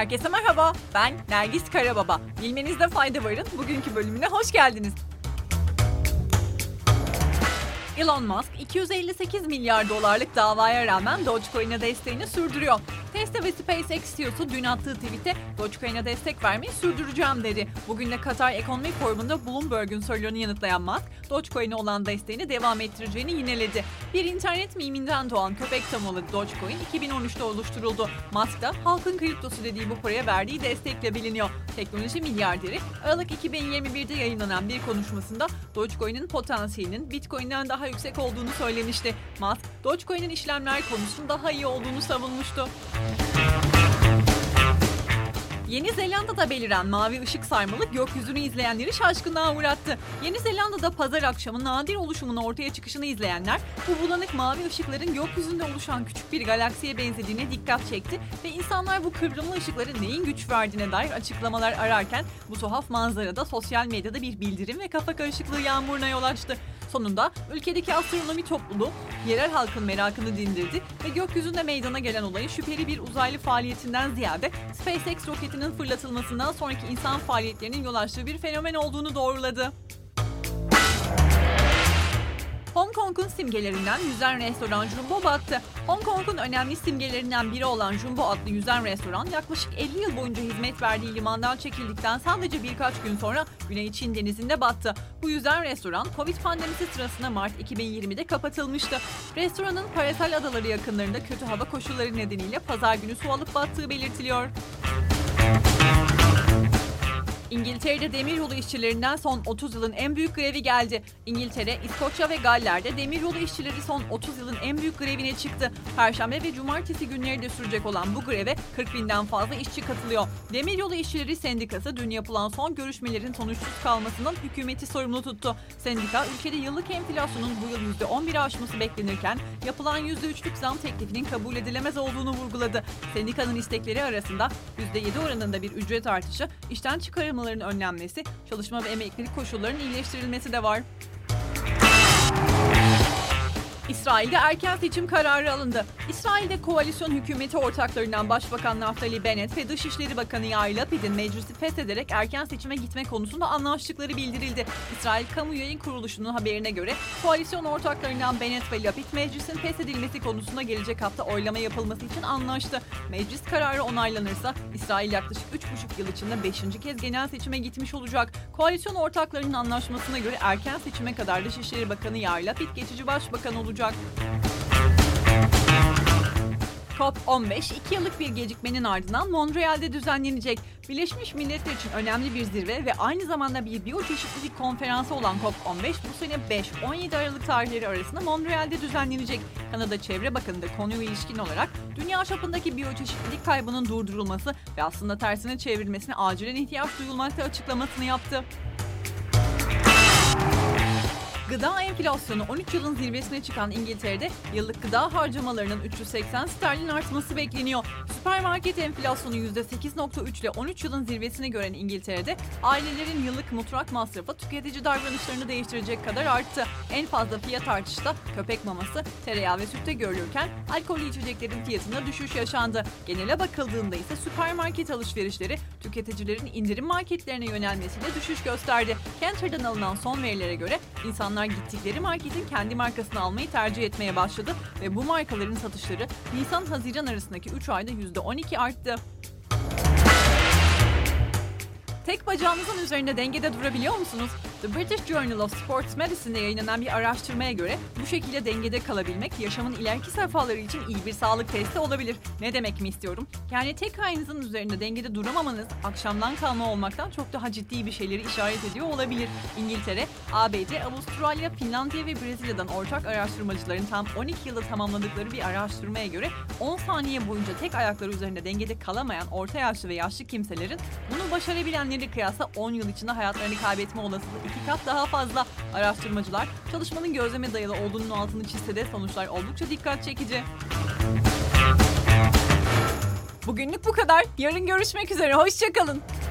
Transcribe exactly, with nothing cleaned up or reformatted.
Herkese merhaba, ben Nergis Karababa. Bilmenizde fayda varın, bugünkü bölümüne hoş geldiniz. Elon Musk iki yüz elli sekiz milyar dolarlık davaya rağmen Dogecoin'e desteğini sürdürüyor. Tesla ve SpaceX C E O'su dün attığı tweet'te Dogecoin'e destek vermeyi sürdüreceğim dedi. Bugün de Katar Ekonomi Forumu'nda Bloomberg'un sorularını yanıtlayan Musk, Dogecoin'e olan desteğini devam ettireceğini yineledi. Bir internet miminden doğan köpek temalı Dogecoin iki bin on üçte oluşturuldu. Musk da halkın kriptosu dediği bu paraya verdiği destekle biliniyor. Teknoloji milyarderi Aralık iki bin yirmi birde yayınlanan bir konuşmasında Dogecoin'in potansiyelinin Bitcoin'den daha yüksek olduğunu söylemişti. Musk, Dogecoin'in işlemler konusunda daha iyi olduğunu savunmuştu. Yeni Zelanda'da beliren mavi ışık sarmalı gökyüzünü izleyenleri şaşkınlığa uğrattı. Yeni Zelanda'da pazar akşamı nadir oluşumun ortaya çıkışını izleyenler bu bulanık mavi ışıkların gökyüzünde oluşan küçük bir galaksiye benzediğine dikkat çekti ve insanlar bu kıvrımlı ışıkların neyin güç verdiğine dair açıklamalar ararken bu tuhaf manzarada sosyal medyada bir bildirim ve kafa karışıklığı yağmuruna yol açtı. Sonunda ülkedeki astronomi topluluğu yerel halkın merakını dindirdi ve gökyüzünde meydana gelen olayı şüpheli bir uzaylı faaliyetinden ziyade SpaceX roketinin fırlatılmasından sonraki insan faaliyetlerinin yol açtığı bir fenomen olduğunu doğruladı. Hong Kong'un simgelerinden yüzen restoran Jumbo battı. Hong Kong'un önemli simgelerinden biri olan Jumbo adlı yüzen restoran yaklaşık elli yıl boyunca hizmet verdiği limandan çekildikten sadece birkaç gün sonra Güney Çin denizinde battı. Bu yüzen restoran Covid pandemisi sırasında Mart iki bin yirmide kapatılmıştı. Restoranın Paracel Adaları yakınlarında kötü hava koşulları nedeniyle pazar günü su alıp battığı belirtiliyor. İngiltere'de demiryolu işçilerinden son otuz yılın en büyük grevi geldi. İngiltere, İskoçya ve Galler'de demiryolu işçileri son otuz yılın en büyük grevine çıktı. Perşembe ve cumartesi günleri de sürecek olan bu greve kırk binden fazla işçi katılıyor. Demiryolu İşçileri Sendikası dün yapılan son görüşmelerin sonuçsuz kalmasından hükümeti sorumlu tuttu. Sendika, ülkede yıllık enflasyonun bu yıl yüzde on biri aşması beklenirken yapılan yüzde üçlük zam teklifinin kabul edilemez olduğunu vurguladı. Sendikanın istekleri arasında yüzde yedi oranında bir ücret artışı, işten çıkarılmaların önlenmesi, çalışma ve emeklilik koşullarının iyileştirilmesi de var. İsrail'de erken seçim kararı alındı. İsrail'de koalisyon hükümeti ortaklarından Başbakan Naftali Bennett ve Dışişleri Bakanı Yair Lapid'in meclisi feshederek erken seçime gitme konusunda anlaştıkları bildirildi. İsrail Kamu Yayın Kuruluşu'nun haberine göre koalisyon ortaklarından Bennett ve Lapid meclisin feshedilmesi konusunda gelecek hafta oylama yapılması için anlaştı. Meclis kararı onaylanırsa İsrail yaklaşık üç buçuk yıl içinde beşinci kez genel seçime gitmiş olacak. Koalisyon ortaklarının anlaşmasına göre erken seçime kadar Dışişleri Bakanı Yair Lapid geçici başbakan olacak. COP on beş iki yıllık bir gecikmenin ardından Montreal'de düzenlenecek. Birleşmiş Milletler için önemli bir zirve ve aynı zamanda bir biyoçeşitlilik konferansı olan COP on beş bu sene beş on yedi Aralık tarihleri arasında Montreal'de düzenlenecek. Kanada Çevre Bakanı da konuya ilişkin olarak dünya çapındaki biyoçeşitlilik kaybının durdurulması ve aslında tersine çevrilmesine acilen ihtiyaç duyulmakta açıklamasını yaptı. Gıda enflasyonu on üç yılın zirvesine çıkan İngiltere'de yıllık gıda harcamalarının üç yüz seksen sterlin artması bekleniyor. Süpermarket enflasyonu yüzde sekiz virgül üç ile on üç yılın zirvesini gören İngiltere'de ailelerin yıllık mutfak masrafı tüketici davranışlarını değiştirecek kadar arttı. En fazla fiyat artışı da köpek maması, tereyağı ve sütte görülürken alkollü içeceklerin fiyatında düşüş yaşandı. Genele bakıldığında ise süpermarket alışverişleri tüketicilerin indirim marketlerine yönelmesiyle düşüş gösterdi. Kantar'dan alınan son verilere göre insanlar gittikleri marketin kendi markasını almayı tercih etmeye başladı ve bu markaların satışları Nisan-Haziran arasındaki üç ayda yüzde on iki arttı. Tek bacağınızın üzerinde dengede durabiliyor musunuz? The British Journal of Sports Medicine'de yayınlanan bir araştırmaya göre bu şekilde dengede kalabilmek yaşamın ileriki safhaları için iyi bir sağlık testi olabilir. Ne demek mi istiyorum? Yani tek ayağınızın üzerinde dengede duramamanız akşamdan kalma olmaktan çok daha ciddi bir şeyleri işaret ediyor olabilir. İngiltere, A B D, Avustralya, Finlandiya ve Brezilya'dan ortak araştırmacıların tam on iki yılda tamamladıkları bir araştırmaya göre on saniye boyunca tek ayakları üzerinde dengede kalamayan orta yaşlı ve yaşlı kimselerin bunu başarabilenleri kıyasla on yıl içinde hayatlarını kaybetme olasılığı iki kat daha fazla. Araştırmacılar çalışmanın gözleme dayalı olduğunun altını çizse de sonuçlar oldukça dikkat çekici. Bugünlük bu kadar. Yarın görüşmek üzere. Hoşça kalın.